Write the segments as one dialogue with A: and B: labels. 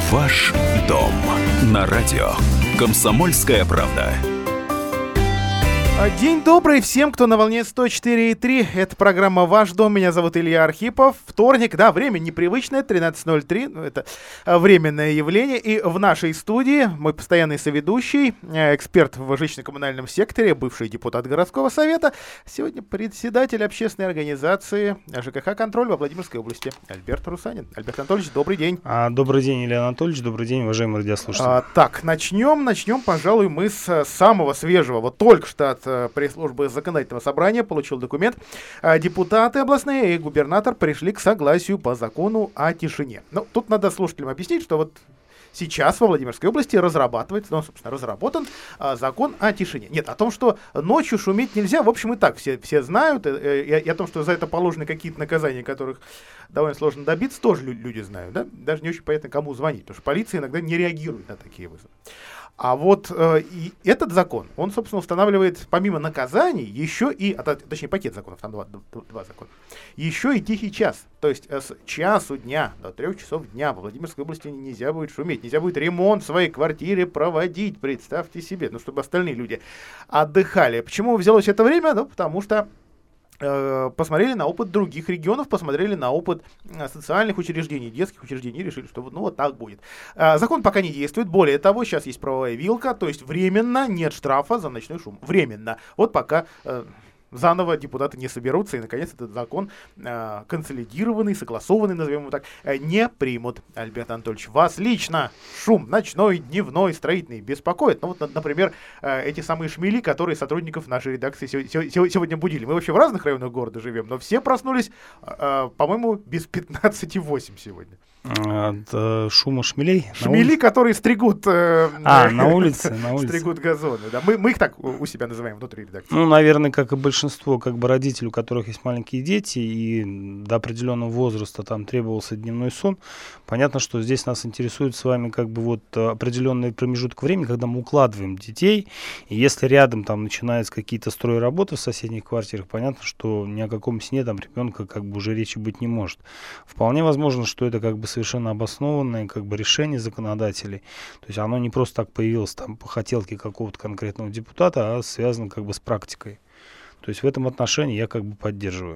A: Ваш дом на радио «Комсомольская правда».
B: День добрый всем, кто на волне 104.3. Это программа «Ваш дом». Меня зовут Илья Архипов. Вторник, да, время непривычное, 13:03. Ну, это временное явление. И в нашей студии мой постоянный соведущий, эксперт в жилищно-коммунальном секторе, бывший депутат городского совета, сегодня председатель общественной организации ЖКХ «Контроль» во Владимирской области Альберт Русанин. Альберт Анатольевич, добрый день.
C: Добрый день, Илья Анатольевич. Добрый день, уважаемые радиослушатели.
B: Так, начнем, пожалуй, мы с самого свежего. Вот только что от пресс-службы законодательного собрания получил документ. Депутаты областные и губернатор пришли к согласию по закону о тишине. Ну, тут надо слушателям объяснить, что вот сейчас во Владимирской области разрабатывается, ну, собственно, разработан закон о тишине. Нет, о том, что ночью шуметь нельзя, в общем, и так все знают. И о том, что за это положены какие-то наказания, которых довольно сложно добиться, тоже люди знают. Да? Даже не очень понятно, кому звонить, потому что полиция иногда не реагирует на такие вызовы. А вот и этот закон, он, собственно, устанавливает помимо наказаний еще и, точнее, пакет законов, там два закона, еще и тихий час. То есть с часу дня до 3 часов дня во Владимирской области нельзя будет шуметь, нельзя будет ремонт в своей квартире проводить, представьте себе, ну, чтобы остальные люди отдыхали. Почему взялось это время? Ну, потому что посмотрели на опыт других регионов, посмотрели на опыт социальных учреждений, детских учреждений, решили, что ну вот так будет. Закон пока не действует, более того, сейчас есть правовая вилка, то есть временно нет штрафа за ночной шум. Временно. Вот пока заново депутаты не соберутся, и, наконец, этот закон консолидированный, согласованный, назовем его так, не примут. Альберт Анатольевич, вас лично шум ночной, дневной, строительный беспокоит? Ну вот, например, эти самые шмели, которые сотрудников нашей редакции сегодня будили. Мы вообще в разных районах города живем, но все проснулись, по-моему, без 15:08 сегодня.
C: От шума шмелей?
B: Шмели, которые стригут
C: на улице.
B: Стригут газоны. Да. Мы их так у себя называем внутри редакции.
C: Ну, наверное, как и большинство родителей, у которых есть маленькие дети, и до определенного возраста там требовался дневной сон. Понятно, что здесь нас интересует с вами определенный промежуток времени, когда мы укладываем детей, и если рядом там начинаются какие-то стройработы в соседних квартирах, понятно, что ни о каком сне там ребенка уже речи быть не может. Вполне возможно, что это совершенно обоснованное решение законодателей. То есть оно не просто так появилось там по хотелке какого-то конкретного депутата, а связано с практикой. То есть в этом отношении я поддерживаю.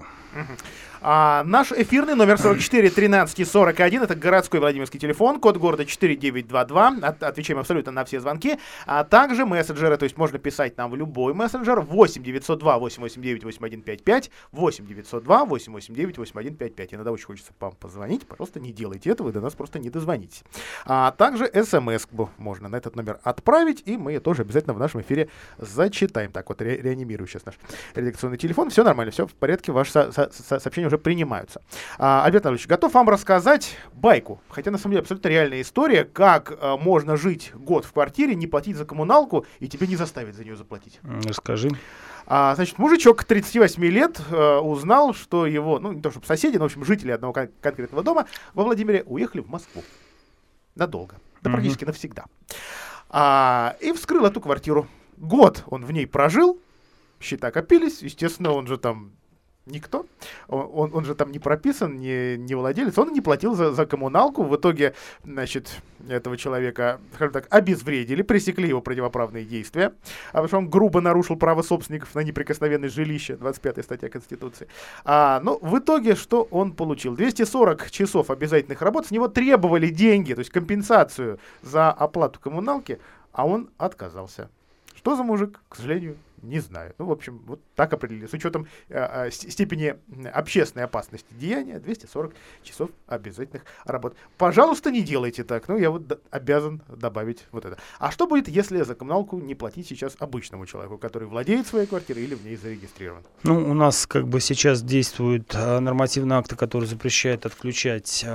B: Наш эфирный номер 44 13 41, это городской Владимирский телефон, код города 4922, отвечаем абсолютно на все звонки, а также мессенджеры, то есть можно писать нам в любой мессенджер 8 902 889 8155, 8 902 889 8155. Иногда очень хочется вам позвонить, пожалуйста, не делайте этого, вы до нас просто не дозвонитесь. А также смс можно на этот номер отправить, и мы тоже обязательно в нашем эфире зачитаем. Так вот, реанимирую сейчас наш редакционный телефон, все нормально, все в порядке, ваши сообщения уже принимаются. Альберт Анатольевич, готов вам рассказать байку, хотя на самом деле абсолютно реальная история, как можно жить год в квартире, не платить за коммуналку и тебе не заставить за нее заплатить.
C: Расскажи.
B: Значит, мужичок 38 лет узнал, что его, не то чтобы соседи, но в общем жители одного конкретного дома во Владимире уехали в Москву. Надолго, да практически навсегда. И вскрыл эту квартиру. Год он в ней прожил, счета копились, естественно, он же там никто, он же там не прописан, не владелец, он не платил за коммуналку. В итоге, этого человека, скажем так, обезвредили, пресекли его противоправные действия, потому что он грубо нарушил право собственников на неприкосновенность жилища, 25-я статья Конституции. Но в итоге что он получил? 240 часов обязательных работ, с него требовали деньги, то есть компенсацию за оплату коммуналки, а он отказался. Что за мужик, к сожалению, не знаю. В общем, вот так определили. С учетом степени общественной опасности деяния, 240 часов обязательных работ. Пожалуйста, не делайте так. Я обязан добавить вот это. А что будет, если за коммуналку не платить сейчас обычному человеку, который владеет своей квартирой или в ней зарегистрирован?
C: У нас сейчас действуют нормативные акты, которые запрещают отключать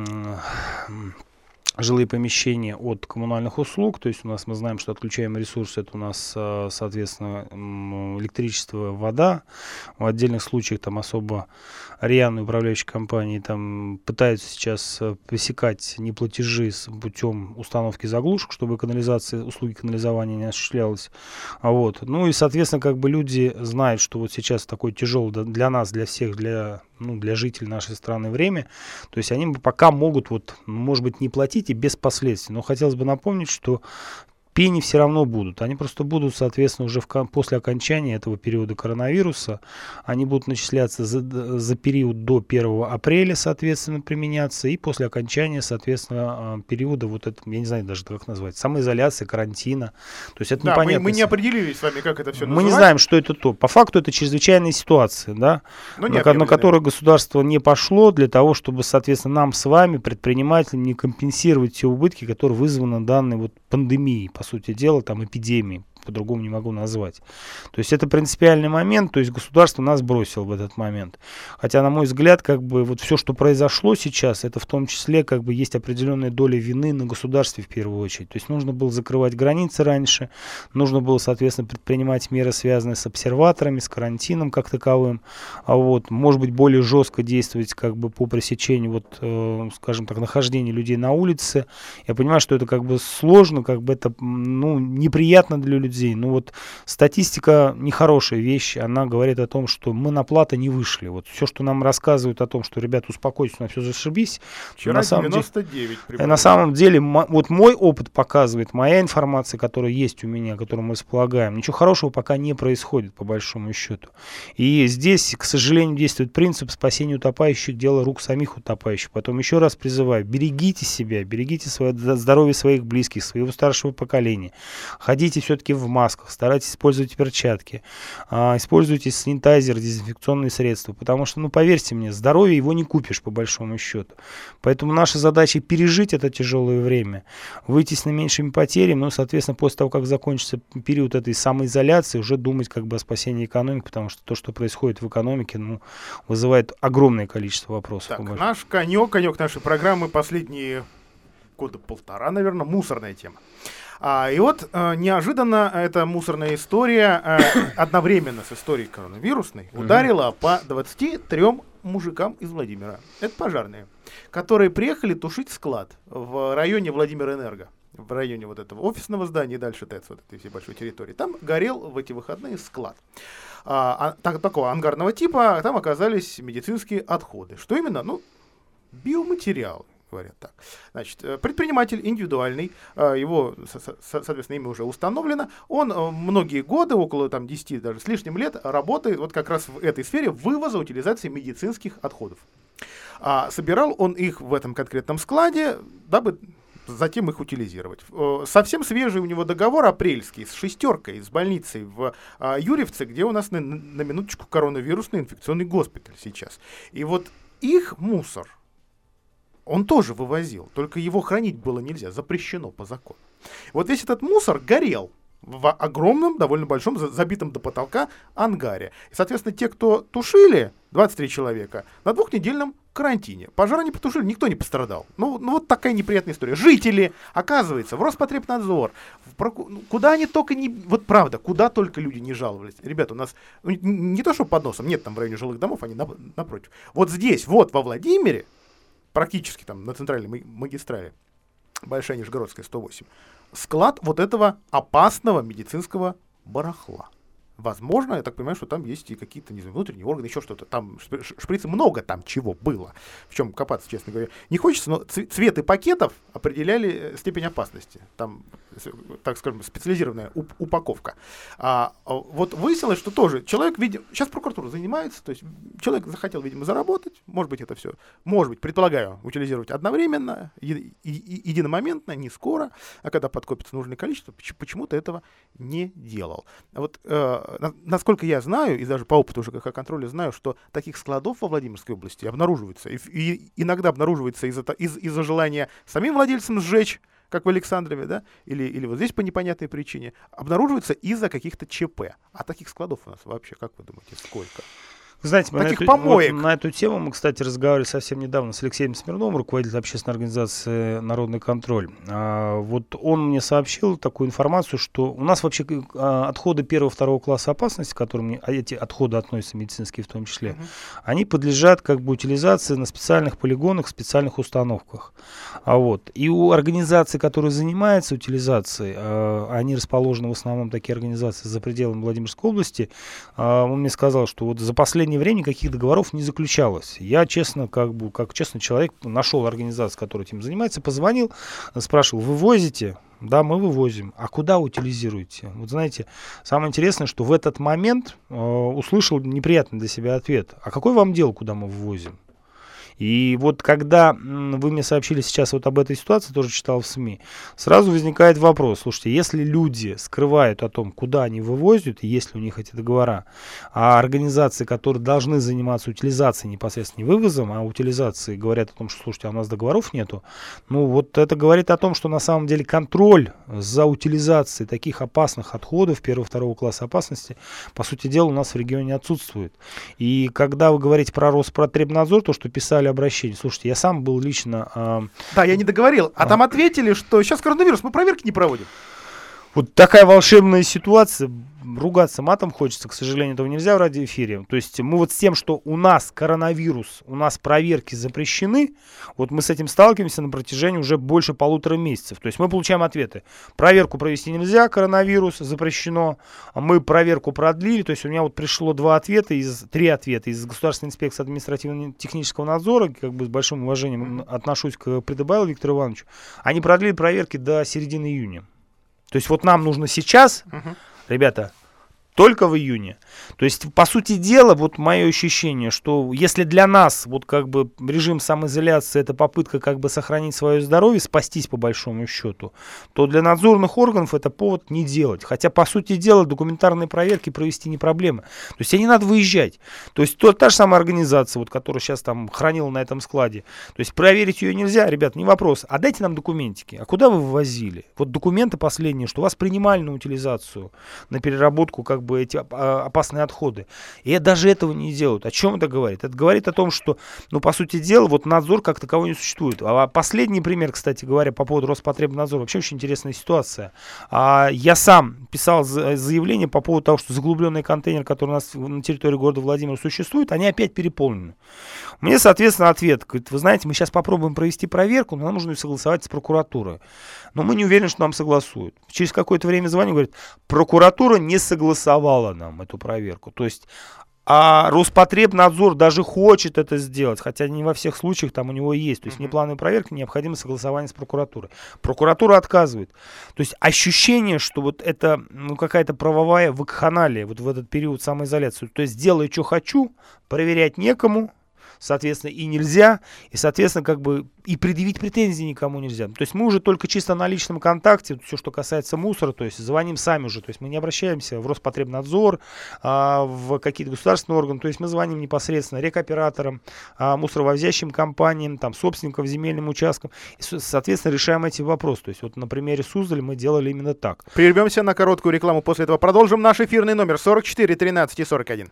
C: жилые помещения от коммунальных услуг, то есть у нас мы знаем, что отключаемые ресурсы это у нас, соответственно, электричество, вода. В отдельных случаях там особо рьяные управляющие компании там пытаются сейчас пресекать неплатежи путем установки заглушек, чтобы услуги канализования не осуществлялись. И, соответственно, люди знают, что вот сейчас такой тяжелый для нас, для всех, для для жителей нашей страны время. То есть они пока могут, может быть, не платить и без последствий. Но хотелось бы напомнить, что пени все равно будут. Они просто будут, соответственно, уже после окончания этого периода коронавируса. Они будут начисляться за период до 1 апреля, соответственно, применяться. И после окончания, соответственно, периода я не знаю даже, как назвать, самоизоляции, карантина. То есть это непонятно.
B: Мы не определились с вами, как это все называть.
C: Мы не знаем, что это то. По факту это чрезвычайная ситуация, да, на которую государство не пошло для того, чтобы, соответственно, нам с вами, предпринимателям, не компенсировать те убытки, которые вызваны данной пандемией, по сути дела, эпидемии, по-другому не могу назвать. То есть это принципиальный момент, то есть государство нас бросило в этот момент. Хотя, на мой взгляд, все, что произошло сейчас, это в том числе есть определенная доля вины на государстве в первую очередь. То есть нужно было закрывать границы раньше, нужно было, соответственно, предпринимать меры, связанные с обсерваторами, с карантином как таковым, может быть, более жестко действовать по пресечению, скажем так, нахождения людей на улице. Я понимаю, что это сложно, это неприятно для людей. Статистика нехорошая вещь, она говорит о том, что мы на плато не вышли. Все, что нам рассказывают о том, что, ребята, успокойтесь, на все зашибись.
B: Вчера 99 примерно.
C: На самом деле, мой опыт показывает, моя информация, которая есть у меня, которую мы располагаем, ничего хорошего пока не происходит, по большому счету. И здесь, к сожалению, действует принцип спасения утопающих, дело рук самих утопающих. Потом еще раз призываю, берегите себя, берегите здоровье своих близких, своего старшего поколения. Ходите все-таки в масках, старайтесь использовать перчатки, используйте санитайзер, дезинфекционные средства, потому что, поверьте мне, здоровье его не купишь, по большому счету. Поэтому наша задача пережить это тяжелое время, выйти с наименьшими потерями, соответственно, после того, как закончится период этой самоизоляции, уже думать о спасении экономики, потому что то, что происходит в экономике, вызывает огромное количество вопросов.
B: Так, наш конек нашей программы последние года полтора, наверное, мусорная тема. Неожиданно эта мусорная история одновременно с историей коронавирусной ударила по 23 мужикам из Владимира. Это пожарные, которые приехали тушить склад в районе Владимир-Энерго, в районе этого офисного здания и дальше ТЭЦ, этой всей большой территории. Там горел в эти выходные склад. Такого ангарного типа, там оказались медицинские отходы. Что именно? Биоматериалы. Говорят так. Значит, предприниматель индивидуальный, его, соответственно, имя уже установлено, он многие годы, около 10 даже с лишним лет, работает как раз в этой сфере вывоза, утилизации медицинских отходов. Собирал он их в этом конкретном складе, дабы затем их утилизировать. Совсем свежий у него договор апрельский с «шестеркой», с больницей в Юрьевце, где у нас на минуточку коронавирусный инфекционный госпиталь сейчас. И их мусор он тоже вывозил, только его хранить было нельзя, запрещено по закону. Весь этот мусор горел в огромном, довольно большом, забитом до потолка ангаре. И, соответственно, те, кто тушили, 23 человека, на 2-недельном карантине. Пожар не потушили, никто не пострадал. Такая неприятная история. Жители, оказывается, в Роспотребнадзор, куда они только не... правда, куда только люди не жаловались. Ребята, у нас не то, что под носом, нет там в районе жилых домов, они напротив. Здесь, во Владимире, практически на центральной магистрали, Большая Нижегородская, 108, склад этого опасного медицинского барахла. Возможно, я так понимаю, что там есть и какие-то, не знаю, внутренние органы, еще что-то. Там шприцы, много там чего было. В чем копаться, честно говоря, не хочется, но цветы пакетов определяли степень опасности. Там, так скажем, специализированная упаковка. Выяснилось, что тоже человек, видимо, сейчас прокуратура занимается, то есть человек захотел, видимо, заработать, может быть, это все, предполагаю, утилизировать одновременно, единомоментно, не скоро, а когда подкопится нужное количество, почему-то этого не делал. Насколько я знаю, и даже по опыту ЖКХ контроля знаю, что таких складов во Владимирской области обнаруживается. И иногда обнаруживается из-за желания самим владельцам сжечь, как в Александрове, да, или здесь по непонятной причине, обнаруживается из-за каких-то ЧП. А таких складов у нас вообще, как вы думаете, сколько?
C: Знаете, на эту тему мы, кстати, разговаривали совсем недавно с Алексеем Смирновым, руководителем общественной организации «Народный контроль». Он мне сообщил такую информацию, что у нас вообще отходы 1-2 класса опасности, к которым эти отходы относятся, медицинские в том числе, они подлежат утилизации на специальных полигонах, специальных установках. И у организаций, которые занимаются утилизацией, они расположены в основном, такие организации, за пределами Владимирской области, он мне сказал, что за последние последнее время никаких договоров не заключалось. Я честно, как честный человек, нашел организацию, которая этим занимается, позвонил, спрашивал, вы возите? Да, мы вывозим. А куда утилизируете? Вот знаете, самое интересное, что в этот момент услышал неприятный для себя ответ. А какое вам дело, куда мы вывозим? И вот когда вы мне сообщили сейчас вот об этой ситуации, тоже читал в СМИ, сразу возникает вопрос. Слушайте, если люди скрывают о том, куда они вывозят, и есть ли у них эти договора, а организации, которые должны заниматься утилизацией, непосредственно не вывозом, а утилизацией, говорят о том, что, слушайте, а у нас договоров нету, ну вот это говорит о том, что на самом деле контроль за утилизацией таких опасных отходов первого-второго класса опасности, по сути дела, у нас в регионе отсутствует. И когда вы говорите про Роспотребнадзор, то, что писали обращение. Слушайте, я сам был лично...
B: Да, я не договорил. А там ответили, что сейчас коронавирус, мы проверки не проводим.
C: Вот такая волшебная ситуация. Ругаться матом хочется, к сожалению, этого нельзя в радиоэфире. То есть мы вот с тем, что у нас коронавирус, у нас проверки запрещены, вот мы с этим сталкиваемся на протяжении уже больше 1,5 месяцев. То есть мы получаем ответы. Проверку провести нельзя, коронавирус запрещено. А мы проверку продлили. То есть у меня вот пришло 3 ответа из Государственной инспекции административно-технического надзора, как бы с большим уважением отношусь к Придыбайлову Виктору Ивановичу. Они продлили проверки до середины июня. То есть вот нам нужно сейчас, ребята, только в июне. То есть, по сути дела, вот мое ощущение, что если для нас вот как бы режим самоизоляции это попытка как бы сохранить свое здоровье, спастись по большому счету, то для надзорных органов это повод не делать. Хотя, по сути дела, документарные проверки провести не проблема. То есть, тебе не надо выезжать. То есть, та же самая организация, вот, которая сейчас там хранила на этом складе, то есть, проверить ее нельзя, ребят, не вопрос. А дайте нам документики. А куда вы вывозили? Вот документы последние, что вас принимали на утилизацию, на переработку как бы эти опасные отходы. И даже этого не делают. О чем это говорит? Это говорит о том, что, ну, по сути дела, вот надзор как таковой не существует. А последний пример, кстати говоря, по поводу Роспотребнадзора, вообще очень интересная ситуация. Я сам писал заявление по поводу того, что заглубленный контейнер, который у нас на территории города Владимира существует, они опять переполнены. Мне, соответственно, ответ, говорит, вы знаете, мы сейчас попробуем провести проверку, но нам нужно ее согласовать с прокуратурой. Но мы не уверены, что нам согласуют. Через какое-то время звоню, говорит, прокуратура не согласовала нам эту проверку. То есть, а Роспотребнадзор даже хочет это сделать, хотя не во всех случаях там у него есть. То есть внеплановая проверка, необходимо согласование с прокуратурой. Прокуратура отказывает. То есть ощущение, что вот это какая-то правовая вакханалия вот в этот период самоизоляции. То есть делаю, что хочу, проверять некому, соответственно, и нельзя, и, соответственно, как бы и предъявить претензии никому нельзя. То есть мы уже только чисто на личном контакте, все, что касается мусора, то есть звоним сами уже, то есть мы не обращаемся в Роспотребнадзор, в какие-то государственные органы, то есть мы звоним непосредственно рекоператорам, мусоровозящим компаниям, там, собственникам земельным участкам, и, соответственно, решаем эти вопросы. То есть вот на примере Суздаля мы делали именно так.
B: Прервемся на короткую рекламу, после этого продолжим. Наш эфирный номер 44 13 и 41.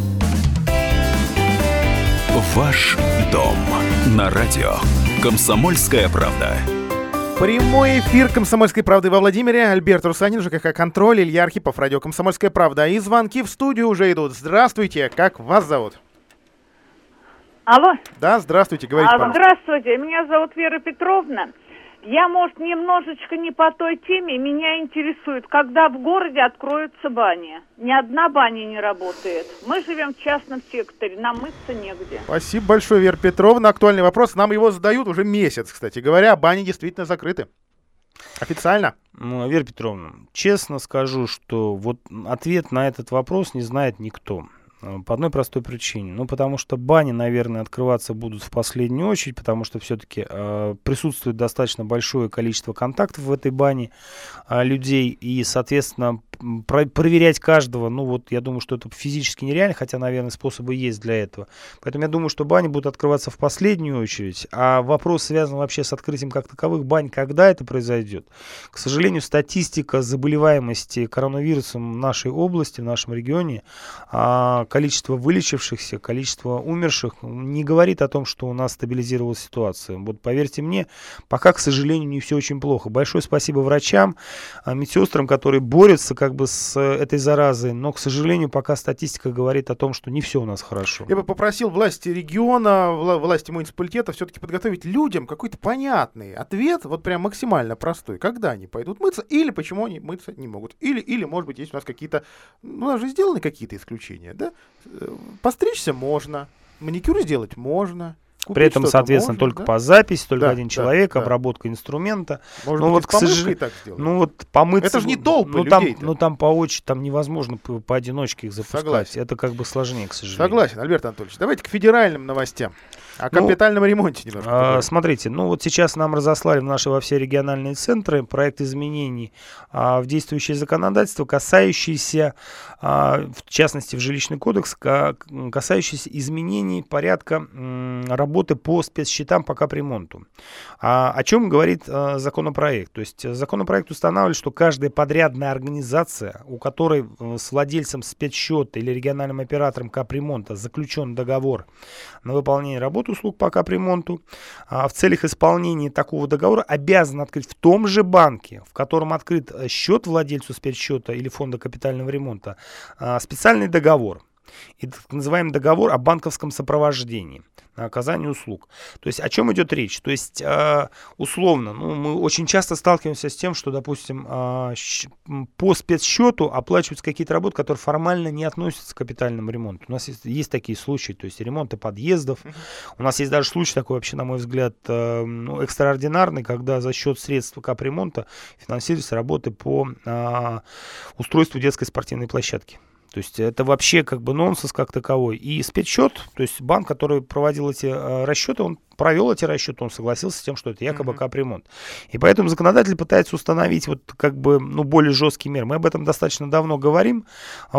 A: Ваш дом на радио «Комсомольская правда».
B: Прямой эфир «Комсомольской правды» во Владимире. Альберт Русанин, ЖКХ «Контроль», Илья Архипов, радио «Комсомольская правда». И звонки в студию уже идут. Здравствуйте, как вас зовут?
D: Алло.
B: Да, здравствуйте, говорите, пожалуйста.
D: Здравствуйте, меня зовут Вера Петровна. Я, может, немножечко не по той теме. Меня интересует, когда в городе откроются бани. Ни одна баня не работает. Мы живем в частном секторе, нам мыться негде.
B: Спасибо большое, Вера Петровна. Актуальный вопрос. Нам его задают уже месяц, кстати говоря. Бани действительно закрыты. Официально.
C: Вера Петровна, честно скажу, что вот ответ на этот вопрос не знает никто. По одной простой причине. Ну, потому что бани, наверное, открываться будут в последнюю очередь, потому что все-таки присутствует достаточно большое количество контактов в этой бане людей, и, соответственно, проверять каждого, ну вот я думаю, что это физически нереально, хотя, наверное, способы есть для этого. Поэтому я думаю, что бани будут открываться в последнюю очередь, а вопрос связан вообще с открытием как таковых бань, когда это произойдет. К сожалению, статистика заболеваемости коронавирусом в нашей области, в нашем регионе, количество вылечившихся, количество умерших не говорит о том, что у нас стабилизировалась ситуация. Вот поверьте мне, пока, к сожалению, не все очень плохо. Большое спасибо врачам, медсестрам, которые борются, как бы с этой заразой, но, к сожалению, пока статистика говорит о том, что не все у нас хорошо.
B: Я бы попросил власти региона, власти муниципалитета все-таки подготовить людям какой-то понятный ответ, вот прям максимально простой. Когда они пойдут мыться или почему они мыться не могут. Или может быть, есть у нас какие-то, ну, у нас же сделаны какие-то исключения, да? Постричься можно, маникюр сделать можно.
C: При этом, соответственно,
B: можно,
C: только
B: да?
C: по записи, только
B: Да,
C: один человек,
B: да.
C: обработка инструмента.
B: Может
C: Ну
B: быть,
C: вот,
B: с
C: к
B: помывкой
C: сожалению,
B: так сделать?
C: ну вот помыться...
B: Это же не толпы
C: ну,
B: людей-то.
C: там по очереди, там невозможно поодиночке их запускать.
B: Согласен.
C: Это как бы сложнее, к сожалению.
B: Согласен, Альберт Анатольевич. Давайте к федеральным новостям. О капитальном ремонте немножко поговорим.
C: Смотрите, ну вот сейчас нам разослали в наши во все региональные центры проект изменений в действующее законодательство, касающиеся, в частности, в жилищный кодекс, касающиеся изменений порядка работы по спецсчетам по капремонту. О чем говорит законопроект? То есть законопроект устанавливает, что каждая подрядная организация, у которой с владельцем спецсчета или региональным оператором капремонта заключен договор на выполнение работ услуг по капремонту, в целях исполнения такого договора обязан открыть в том же банке, в котором открыт счет владельцу спецсчета или фонда капитального ремонта, специальный договор. И так называемый договор о банковском сопровождении на оказание услуг. То есть о чем идет речь? То есть условно, мы очень часто сталкиваемся с тем, что, допустим, по спецсчету оплачиваются какие-то работы, которые формально не относятся к капитальному ремонту. У нас есть такие случаи, то есть ремонты подъездов. У нас есть даже случай такой, вообще, на мой взгляд, экстраординарный, когда за счет средств капремонта финансируются работы по устройству детской спортивной площадки. То есть это вообще как бы нонсенс как таковой. И спецсчет, то есть банк, который проводил эти расчеты, он провел эти расчеты, он согласился с тем, что это якобы капремонт. И поэтому законодатель пытается установить вот как бы, более жесткие меры. Мы об этом достаточно давно говорим,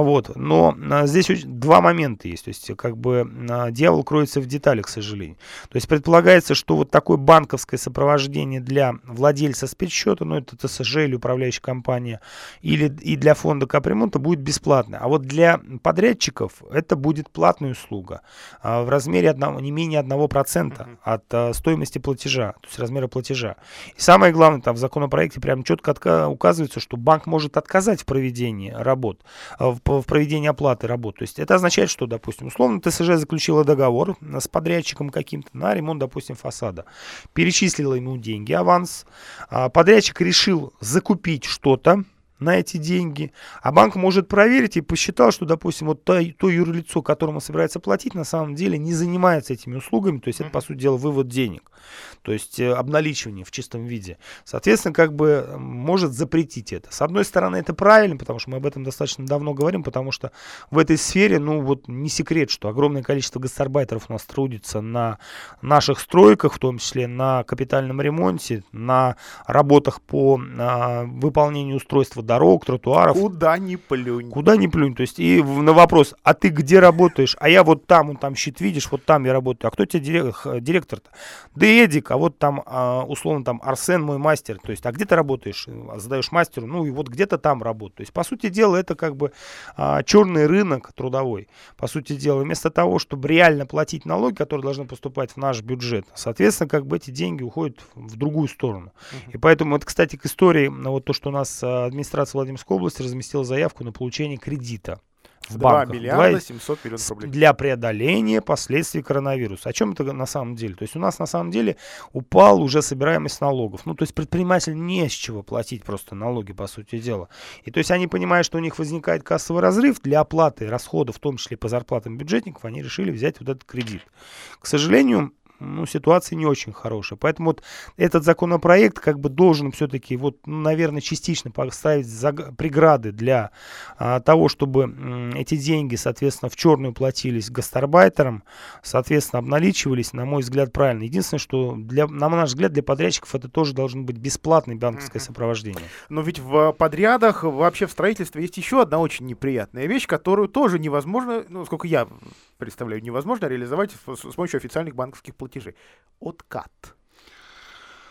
C: но здесь два момента есть. То есть как бы дьявол кроется в деталях, к сожалению. То есть предполагается, что вот такое банковское сопровождение для владельца спецсчета, это ТСЖ или управляющая компания, или и для фонда капремонта будет бесплатно. А вот для подрядчиков это будет платная услуга в размере не менее 1% от стоимости платежа, то есть размера платежа. И самое главное, там в законопроекте прям четко указывается, что банк может отказать в проведении работ, в проведении оплаты работ. То есть это означает, что, допустим, условно ТСЖ заключила договор с подрядчиком каким-то на ремонт, допустим, фасада. Перечислила ему деньги, аванс. Подрядчик решил закупить что-то на эти деньги, а банк может проверить и посчитал, что, допустим, вот то юрлицо, которому собирается платить, на самом деле не занимается этими услугами, то есть это, по сути дела, вывод денег, то есть обналичивание в чистом виде. Соответственно, как бы может запретить это. С одной стороны, это правильно, потому что мы об этом достаточно давно говорим, потому что в этой сфере, не секрет, что огромное количество гастарбайтеров у нас трудится на наших стройках, в том числе на капитальном ремонте, на работах по выполнению устройства дорог, тротуаров.
B: Куда ни плюнь.
C: Куда ни плюнь. То есть и на вопрос, а ты где работаешь? А я вот там, щит видишь, вот там я работаю. А кто тебе директор-то? Да Эдик, а вот там, условно, там Арсен, мой мастер. То есть, а где ты работаешь? Задаешь мастеру, и вот где-то там работаю. То есть, по сути дела, это как бы черный рынок трудовой. По сути дела, вместо того, чтобы реально платить налоги, которые должны поступать в наш бюджет, соответственно, как бы эти деньги уходят в другую сторону. И поэтому это, кстати, к истории, вот то, что у нас администрация Владимирской области разместила заявку на получение кредита в
B: 2
C: банках.
B: миллиарда 700 миллионов рублей.
C: Для преодоления последствий коронавируса. О чем это на самом деле? То есть у нас на самом деле упала уже собираемость налогов. То есть предприниматель не с чего платить просто налоги, по сути дела. И то есть они понимают, что у них возникает кассовый разрыв для оплаты расходов, в том числе по зарплатам бюджетников, они решили взять вот этот кредит. К сожалению, ситуация не очень хорошая. Поэтому вот этот законопроект как бы должен все-таки, наверное, частично поставить преграды для того, чтобы эти деньги, соответственно, в черную платились гастарбайтерам, соответственно, обналичивались, на мой взгляд, правильно. Единственное, что, на наш взгляд, для подрядчиков это тоже должно быть бесплатное банковское сопровождение.
B: Но ведь в подрядах, вообще в строительстве есть еще одна очень неприятная вещь, которую тоже невозможно, сколько я представляю, невозможно реализовать с помощью официальных банковских платежей. Откат.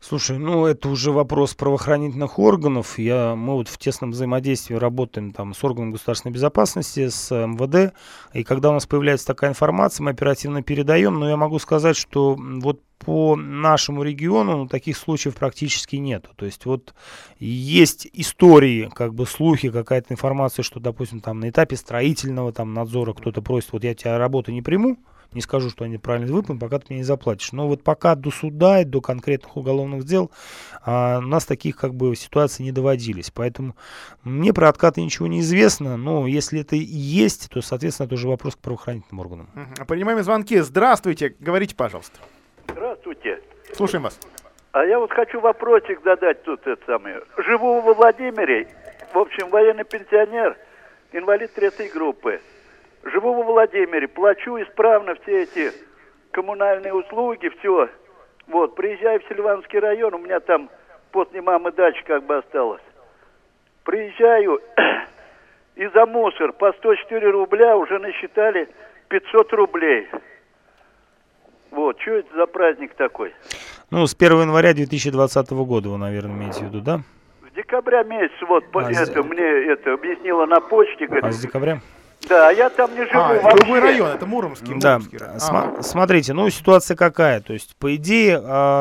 C: Слушай, ну это уже вопрос правоохранительных органов. Мы вот в тесном взаимодействии работаем там с органом государственной безопасности, с МВД. И когда у нас появляется такая информация, мы оперативно передаем. Но я могу сказать, что вот по нашему региону таких случаев практически нету. То есть вот есть истории, как бы слухи, какая-то информация, что, допустим, там на этапе строительного там надзора кто-то просит, вот я тебя работу не приму, не скажу, что они правильно выполнят, пока ты мне не заплатишь. Но вот пока до суда и до конкретных уголовных дел у нас таких как бы ситуаций не доводились. Поэтому мне про откаты ничего не известно. Но если это и есть, то, соответственно, это уже вопрос к правоохранительным органам.
B: Принимаем звонки. Здравствуйте. Говорите, пожалуйста.
E: Здравствуйте.
B: Слушаем вас.
E: А я вот хочу вопросик задать тут. Живу во Владимире. В общем, военный пенсионер, инвалид 3-й группы. Живу во Владимире, плачу исправно все эти коммунальные услуги, все. Вот, приезжаю в Сильванский район, у меня там после мамы дача как бы осталась. Приезжаю, и за мусор по 104 рубля уже насчитали 500 рублей. Вот, что это за праздник такой?
C: Ну, с 1 января 2020 года вы, наверное, имеете в виду, да?
E: С декабря месяца, вот, мне объяснила на почте. Говорит,
C: с декабря?
E: Да, я там не живу вообще.
B: Это другой район, это Муромский.
C: Да,
B: район.
C: Смотрите, ну ситуация какая, то есть по идее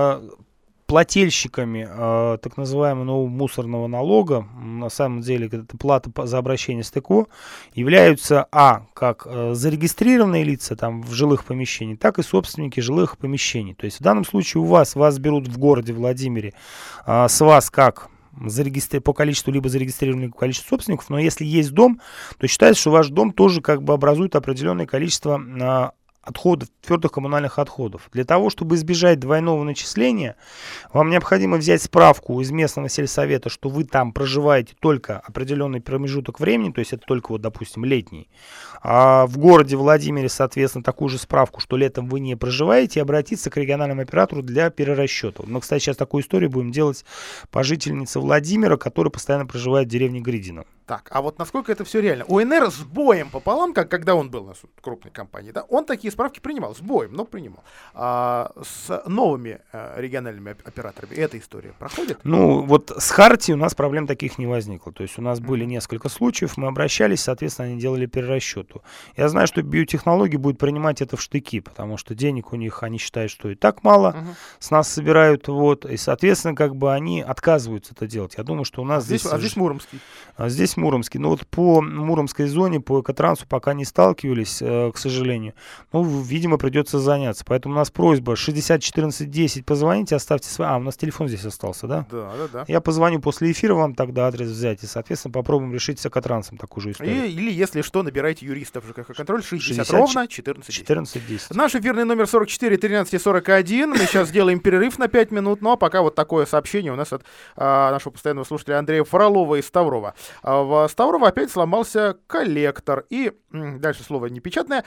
C: плательщиками так называемого мусорного налога, на самом деле это плата за обращение с ТКО, являются как зарегистрированные лица там в жилых помещениях, так и собственники жилых помещений. То есть в данном случае вас берут в городе Владимире, с вас как по количеству либо зарегистрированных, либо количеству собственников, но если есть дом, то считается, что ваш дом тоже как бы образует определенное количество отходов, твердых коммунальных отходов. Для того, чтобы избежать двойного начисления, вам необходимо взять справку из местного сельсовета, что вы там проживаете только определенный промежуток времени, то есть это только, вот, допустим, летний. А в городе Владимире, соответственно, такую же справку, что летом вы не проживаете, и обратиться к региональному оператору для перерасчета. Мы, кстати, сейчас такую историю будем делать по жительнице Владимира, которая постоянно проживает в деревне Гридино.
B: Так, а вот насколько это все реально? УНР с боем пополам, как когда он был у нас в крупной компании, да, он такие справки принимал, с боем, но принимал. А с новыми региональными операторами эта история проходит?
C: Ну, вот с Хартией у нас проблем таких не возникло. То есть у нас были несколько случаев, мы обращались, соответственно, они делали перерасчету. Я знаю, что биотехнологии будут принимать это в штыки, потому что денег у них, они считают, что и так мало, с нас собирают, вот, и, соответственно, как бы они отказываются это делать. Я думаю, что у нас здесь...
B: А здесь Муромский.
C: Здесь Муромский. Но вот по Муромской зоне, по Экотрансу пока не сталкивались, к сожалению. Ну, видимо, придется заняться. Поэтому у нас просьба 60 14 10, позвоните, оставьте свои... у нас телефон здесь остался, да?
B: Да.
C: Я позвоню после эфира, вам тогда адрес взять, и, соответственно, попробуем решить с Экотрансом такую же историю.
B: Или, если что, набирайте юристов ЖКХ «Контроль» 60 ровно 14 10. Наш эфирный номер 44 13 41. Мы сейчас сделаем перерыв на 5 минут, но пока вот такое сообщение у нас от нашего постоянного слушателя Андрея Фролова из Ставрова. В Ставрово опять сломался коллектор, и дальше слово непечатное,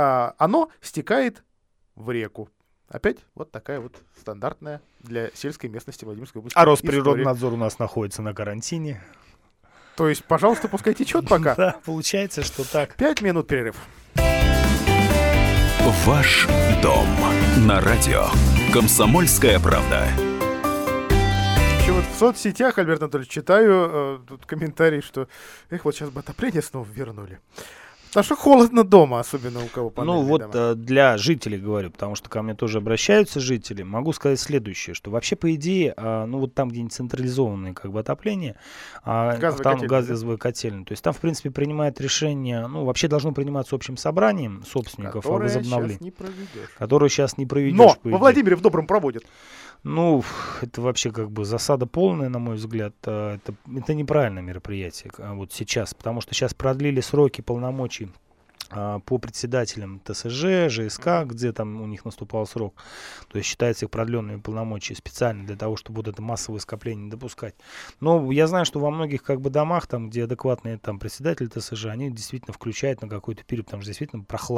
B: оно стекает в реку. Опять вот такая вот стандартная для сельской местности Владимирской области.
C: А Росприроднадзор у нас находится на карантине.
B: То есть, пожалуйста, пускай течет пока.
C: Да, получается, что так.
B: 5 минут перерыв.
A: Ваш дом на радио «Комсомольская правда».
B: Еще вот в соцсетях, Альберт Анатольевич, читаю тут комментарий, что вот сейчас бы отопление снова вернули. Потому что холодно дома, особенно у кого панельные
C: дома. Ну вот для жителей говорю, потому что ко мне тоже обращаются жители. Могу сказать следующее, что вообще по идее, ну вот там, где не централизованное как бы отопление, газовые котельные, то есть там в принципе принимает решение, ну вообще должно приниматься общим собранием собственников о возобновлении. Которое сейчас не проведешь.
B: Но во Владимире в Добром проводят.
C: Ну, это вообще как бы засада полная, на мой взгляд. Это неправильное мероприятие вот сейчас, потому что сейчас продлили сроки полномочий по председателям ТСЖ, ЖСК, где там у них наступал срок. То есть считается их продленными полномочия специально для того, чтобы вот это массовое скопление не допускать. Но я знаю, что во многих как бы домах, там, где адекватные там председатели ТСЖ, они действительно включают на какой-то период, потому что действительно прохладно.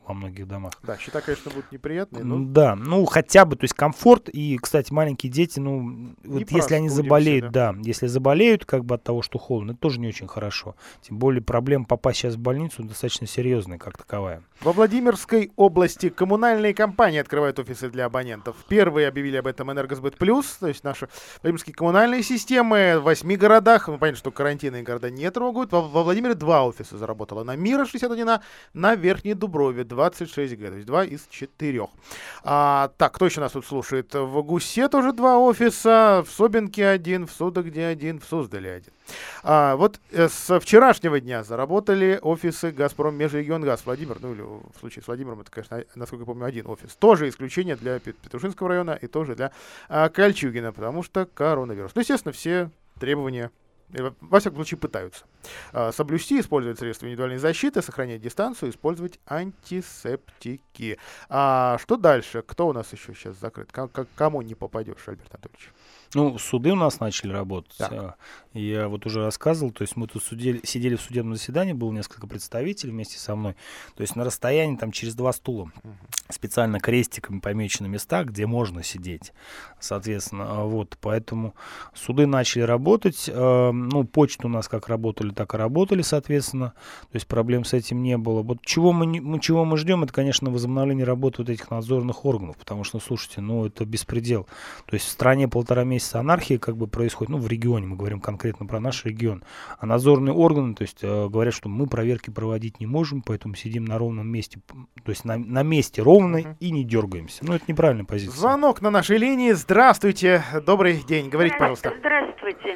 C: во многих домах.
B: Да, счета, конечно, будут неприятные, но...
C: Да, ну хотя бы, то есть комфорт, и, кстати, маленькие дети, ну, вот если они заболеют, да, если заболеют как бы от того, что холодно, это тоже не очень хорошо. Тем более проблема попасть сейчас в больницу достаточно серьезная, как таковая.
B: Во Владимирской области коммунальные компании открывают офисы для абонентов. Первые объявили об этом «Энергосбыт Плюс», то есть наши владимирские коммунальные системы в 8 городах. Ну, понятно, что карантинные города не трогают. Во Владимире 2 офиса заработало. На Мира 61, на Верхней Дуброве 26Г, то есть 2 из 4. Так, кто еще нас тут слушает? В Гусе тоже 2 офиса, в Собинке 1, в Судогде 1, в Суздале 1. Вот с вчерашнего дня заработали офисы «Газпром Межрегионгаз» Владимир, ну или в случае с Владимиром это, конечно, насколько я помню, 1 офис. Тоже исключение для Петрушинского района и тоже для Кольчугина, потому что коронавирус. Ну, естественно, все требования, во всяком случае, пытаются соблюсти, использовать средства индивидуальной защиты, сохранять дистанцию, использовать антисептики. Что дальше? Кто у нас еще сейчас закрыт? Кому не попадешь, Альберт Анатольевич?
C: Ну, суды у нас начали работать.
B: Так.
C: Я вот уже рассказывал, то есть мы тут сидели в судебном заседании, было несколько представителей вместе со мной. То есть на расстоянии там через 2 стула специально крестиками помечены места, где можно сидеть. Соответственно, вот, поэтому суды начали работать. Ну, почту у нас как работали, так и работали, соответственно. То есть проблем с этим не было. Вот чего мы ждем, это, конечно, возобновление работы вот этих надзорных органов, потому что, слушайте, ну, это беспредел. То есть в стране 1,5 месяца анархии как бы происходит, ну, в регионе, мы говорим конкретно про наш регион, а надзорные органы, то есть говорят, что мы проверки проводить не можем, поэтому сидим на ровном месте, то есть на месте ровно и не дергаемся. Ну, это неправильная позиция.
B: Звонок на нашей линии. Здравствуйте, добрый день, говорите, пожалуйста.
F: Здравствуйте.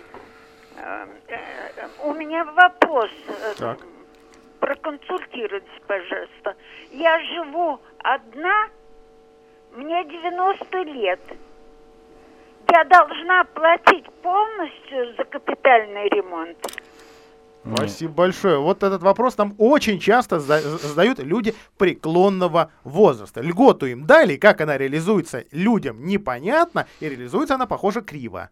F: У меня вопрос.
B: Так.
F: Проконсультируйтесь, пожалуйста. Я живу одна, мне 90 лет. Я должна платить полностью за капитальный ремонт?
B: Спасибо большое. Вот этот вопрос нам очень часто задают люди преклонного возраста. Льготу им дали, как она реализуется, людям непонятно, и реализуется она, похоже, криво.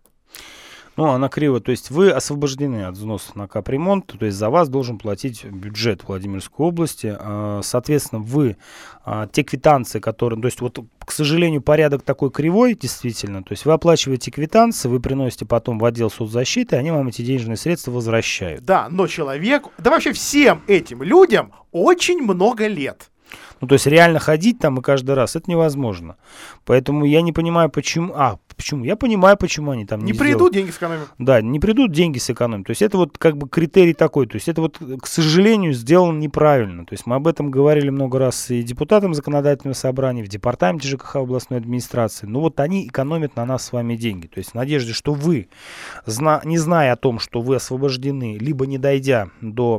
C: Ну, она криво, то есть вы освобождены от взносов на капремонт, то есть за вас должен платить бюджет Владимирской области. Соответственно, вы те квитанции, которые, то есть вот, к сожалению, порядок такой кривой, действительно, то есть вы оплачиваете квитанции, вы приносите потом в отдел соцзащиты, они вам эти денежные средства возвращают.
B: Да, но человеку, да вообще всем этим людям очень много лет.
C: Ну, то есть реально ходить там и каждый раз, это невозможно. Поэтому я не понимаю, почему... Почему? Я понимаю, почему они там не
B: придут, деньги сэкономим.
C: Да, не придут, деньги сэкономим. То есть это вот как бы критерий такой. То есть это вот, к сожалению, сделано неправильно. То есть мы об этом говорили много раз и депутатам законодательного собрания, в департаменте ЖКХ областной администрации. Но вот они экономят на нас с вами деньги. То есть в надежде, что вы, не зная о том, что вы освобождены, либо не дойдя до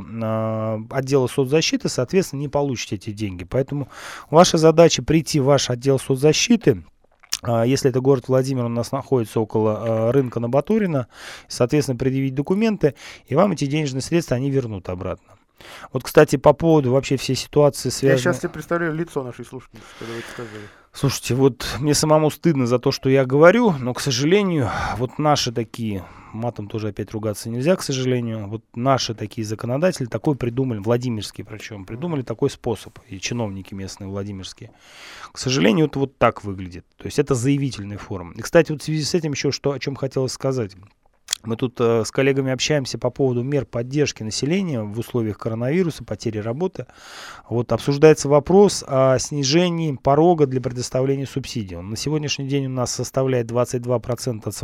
C: отдела соцзащиты, соответственно, не получите эти деньги. Поэтому ваша задача прийти в ваш отдел соцзащиты. Если это город Владимир, у нас находится около рынка на Батурина, соответственно, предъявить документы, и вам эти денежные средства они вернут обратно. Вот, кстати, по поводу вообще всей ситуации связанной...
B: Я сейчас себе представляю лицо нашей слушательницы, когда вы это сказали.
C: Слушайте, вот мне самому стыдно за то, что я говорю, но, к сожалению, вот наши такие, матом тоже опять ругаться нельзя, к сожалению, вот наши такие законодатели такой придумали, владимирские причем, придумали такой способ, и чиновники местные владимирские. К сожалению, это вот так выглядит, то есть это заявительная форма. И, кстати, вот в связи с этим еще о чем хотелось сказать. Мы тут с коллегами общаемся по поводу мер поддержки населения в условиях коронавируса, потери работы. Вот обсуждается вопрос о снижении порога для предоставления субсидий. Он на сегодняшний день у нас составляет 22% от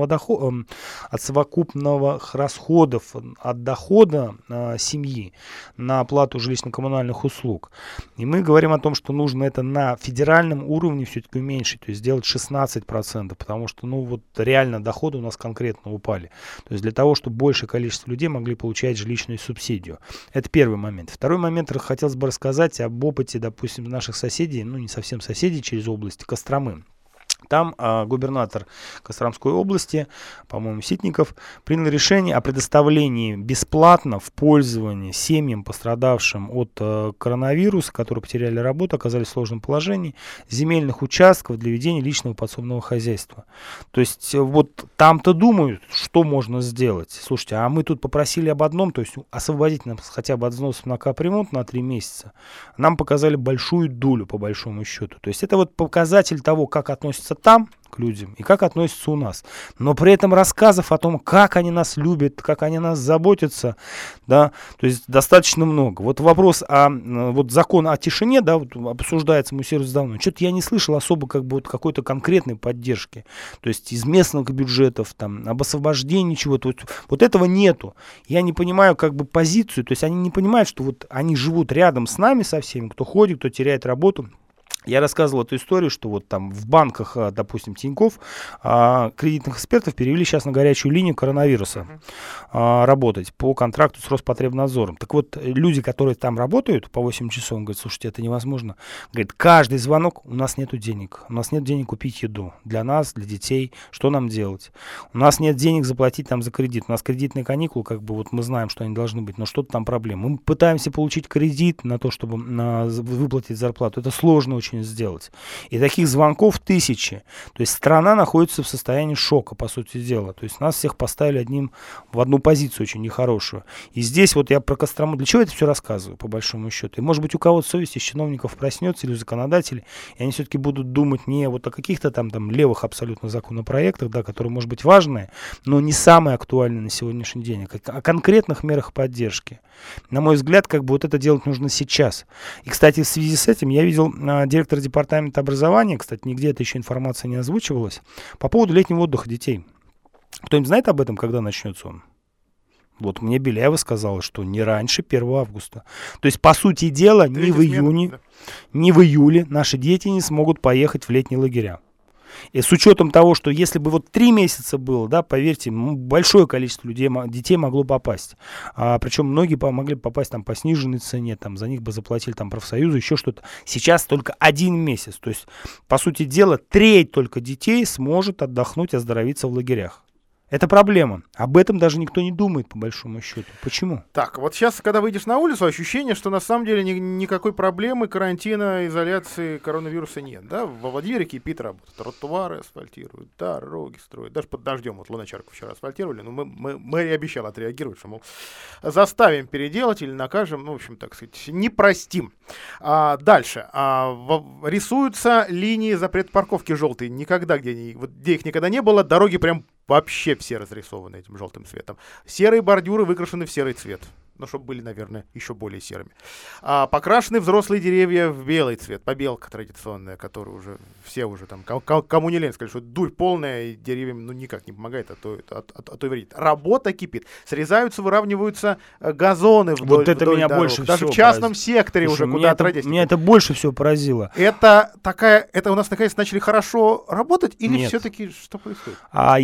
C: совокупных расходов от дохода семьи на оплату жилищно-коммунальных услуг. И мы говорим о том, что нужно это на федеральном уровне все-таки уменьшить, то есть сделать 16%, потому что ну вот реально доходы у нас конкретно упали. То есть для того, чтобы большее количество людей могли получать жилищную субсидию. Это первый момент. Второй момент, хотелось бы рассказать об опыте, допустим, наших соседей, ну не совсем соседей через область Костромы. Там губернатор Костромской области, по-моему, Ситников, принял решение о предоставлении бесплатно в пользование семьям, пострадавшим от коронавируса, которые потеряли работу, оказались в сложном положении, земельных участков для ведения личного подсобного хозяйства. То есть вот там-то думают, что можно сделать. Слушайте, а мы тут попросили об одном, то есть освободить нам хотя бы от взносов на капремонт на 3 месяца. Нам показали большую долю, по большому счету. То есть это вот показатель того, как относятся там к людям и как относятся у нас. Но при этом рассказов о том, как они нас любят, как они о нас заботятся, да, то есть достаточно много. Вот вопрос вот закон о тишине, да, вот обсуждается, муссируется давно. Что-то я не слышал особо как бы вот какой-то конкретной поддержки. То есть из местных бюджетов, там, об освобождении чего-то. Вот этого нету. Я не понимаю как бы позицию, то есть они не понимают, что вот они живут рядом с нами со всеми, кто ходит, кто теряет работу. Я рассказывал эту историю, что вот там в банках, допустим, Тинькофф, кредитных экспертов перевели сейчас на горячую линию коронавируса работать по контракту с Роспотребнадзором. Так вот, люди, которые там работают по 8 часов, говорят, слушайте, это невозможно. Говорит, каждый звонок, у нас нету денег. У нас нет денег купить еду для нас, для детей. Что нам делать? У нас нет денег заплатить там за кредит. У нас кредитные каникулы, как бы вот мы знаем, что они должны быть, но что-то там проблема. Мы пытаемся получить кредит на то, чтобы выплатить зарплату. Это сложно очень сделать. И таких звонков тысячи. То есть страна находится в состоянии шока, по сути дела. То есть нас всех поставили в одну позицию очень нехорошую. И здесь вот я про Кострому, для чего я это все рассказываю, по большому счету. И может быть у кого-то совесть из чиновников проснется или у законодателей, и они все-таки будут думать не вот о каких-то там левых абсолютно законопроектах, да, которые, может быть, важные, но не самые актуальные на сегодняшний день, а о конкретных мерах поддержки. На мой взгляд, как бы вот это делать нужно сейчас. И, кстати, в связи с этим я видел директора департамента образования, кстати, нигде эта еще информация не озвучивалась, по поводу летнего отдыха детей. Кто-нибудь знает об этом, когда начнется он? Вот мне Беляева сказала, что не раньше 1 августа. То есть, по сути дела, ни в июне, ни в июле наши дети не смогут поехать в летние лагеря. И с учетом того, что если бы вот 3 месяца было, да, поверьте, большое количество детей могло попасть. Причем многие могли попасть там по сниженной цене, там, за них бы заплатили там профсоюзы, еще что-то. Сейчас только 1 месяц. То есть, по сути дела, треть только детей сможет отдохнуть, оздоровиться в лагерях. Это проблема. Об этом даже никто не думает, по большому счету. Почему?
B: Так, вот сейчас, когда выйдешь на улицу, ощущение, что на самом деле никакой проблемы карантина, изоляции коронавируса нет. Да? Во Владимире кипит работа. Тротуары асфальтируют, дороги строят. Даже под дождем. Вот Луначарку вчера асфальтировали. Но мэрия обещала отреагировать, что, мол, заставим переделать или накажем. Ну, в общем, так сказать, не простим. Дальше. Рисуются линии запрет парковки желтые. Никогда, где их никогда не было, дороги прям вообще все разрисованы этим желтым цветом. Серые бордюры выкрашены в серый цвет. Ну, чтобы были, наверное, еще более серыми. Покрашены взрослые деревья в белый цвет. Побелка традиционная, которую уже все уже там, кому не лень, сказали, что дурь полная, и деревьям никак не помогает, а то и вредит. Работа кипит. Срезаются, выравниваются газоны вдоль
C: Вот это
B: вдоль
C: меня
B: дорог.
C: больше
B: Даже
C: всего
B: в частном
C: поразило.
B: секторе уже куда отродясь.
C: Меня это больше всего поразило.
B: Это у нас наконец начали хорошо работать, или все-таки что происходит?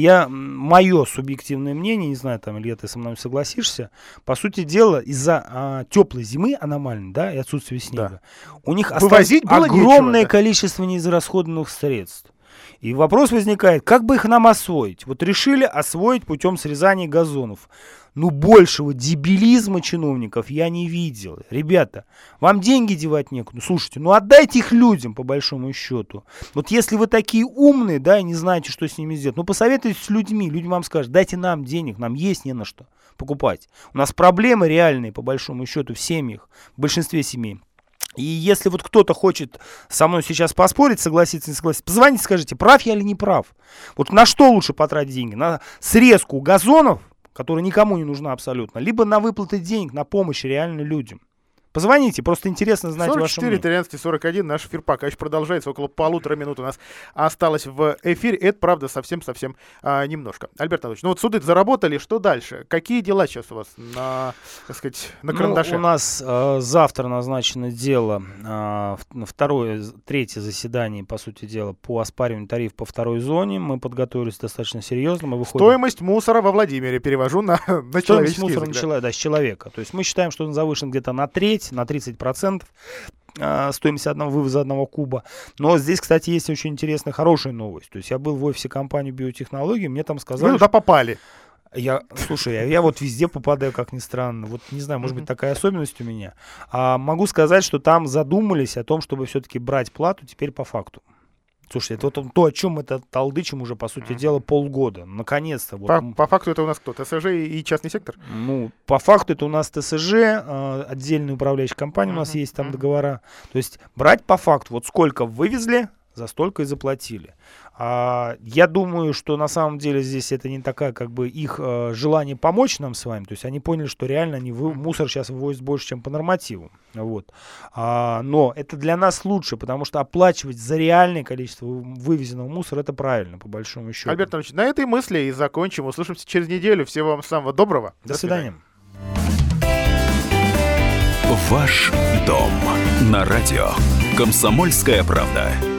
C: Мое субъективное мнение, не знаю, там, Илья, ты со мной согласишься, по сути дела, из-за теплой зимы аномальной, да, и отсутствия снега, у них осталось огромное количество неизрасходованных средств. И вопрос возникает, как бы их нам освоить? Вот решили освоить путем срезания газонов. Ну, большего дебилизма чиновников я не видел. Ребята, вам деньги девать некуда. Слушайте, отдайте их людям, по большому счету. Вот если вы такие умные, да, и не знаете, что с ними сделать, посоветуйтесь с людьми. Люди вам скажут, дайте нам денег, нам есть не на что покупать. У нас проблемы реальные, по большому счету, в семьях, в большинстве семей. И если вот кто-то хочет со мной сейчас поспорить, согласиться, не согласиться, позвоните, скажите, прав я или не прав. Вот на что лучше потратить деньги? На срезку газонов, которая никому не нужна абсолютно, либо на выплаты денег, на помощь реально людям. Позвоните, просто интересно знать ваше мнение.
B: 44 13 41, наш эфир пока еще продолжается, около 1,5 минут у нас осталось в эфире. Это, правда, совсем-совсем немножко. Альберт Анатольевич, вот суды заработали, что дальше? Какие дела сейчас у вас на карандаше?
C: У нас завтра назначено дело, третье заседание, по сути дела, по оспариванию тарифов по второй зоне. Мы подготовились достаточно серьезно. Мы выходим...
B: Стоимость мусора во Владимире перевожу на человеческий язык.
C: С человека. То есть мы считаем, что он завышен где-то на треть, на 30%. стоимость вывоза одного куба. Но здесь, кстати, есть очень интересная, хорошая новость. То есть я был в офисе компании биотехнологий, мне там сказали...
B: Вы туда попали.
C: Слушай, я вот везде попадаю, как ни странно. Вот не знаю, может быть, такая особенность у меня. Могу сказать, что там задумались о том, чтобы все-таки брать плату теперь по факту. Слушайте, это вот то, о чем мы толдычим уже, по сути дела, полгода. Наконец-то. Вот.
B: По факту это у нас кто? ТСЖ и частный сектор?
C: Ну, по факту это у нас ТСЖ, отдельная управляющая компания, у нас есть там договора. То есть брать по факту, вот сколько вывезли, за столько и заплатили. Я думаю, что на самом деле здесь это не такая, как бы, их желание помочь нам с вами. То есть они поняли, что реально они мусор сейчас вывозят больше, чем по нормативу. Вот. Но это для нас лучше, потому что оплачивать за реальное количество вывезенного мусора — это правильно, по большому счету.
B: Альберт Анатольевич, на этой мысли и закончим. Услышимся через неделю. Всего вам самого доброго.
C: До свидания.
A: Ваш дом на радио «Комсомольская правда».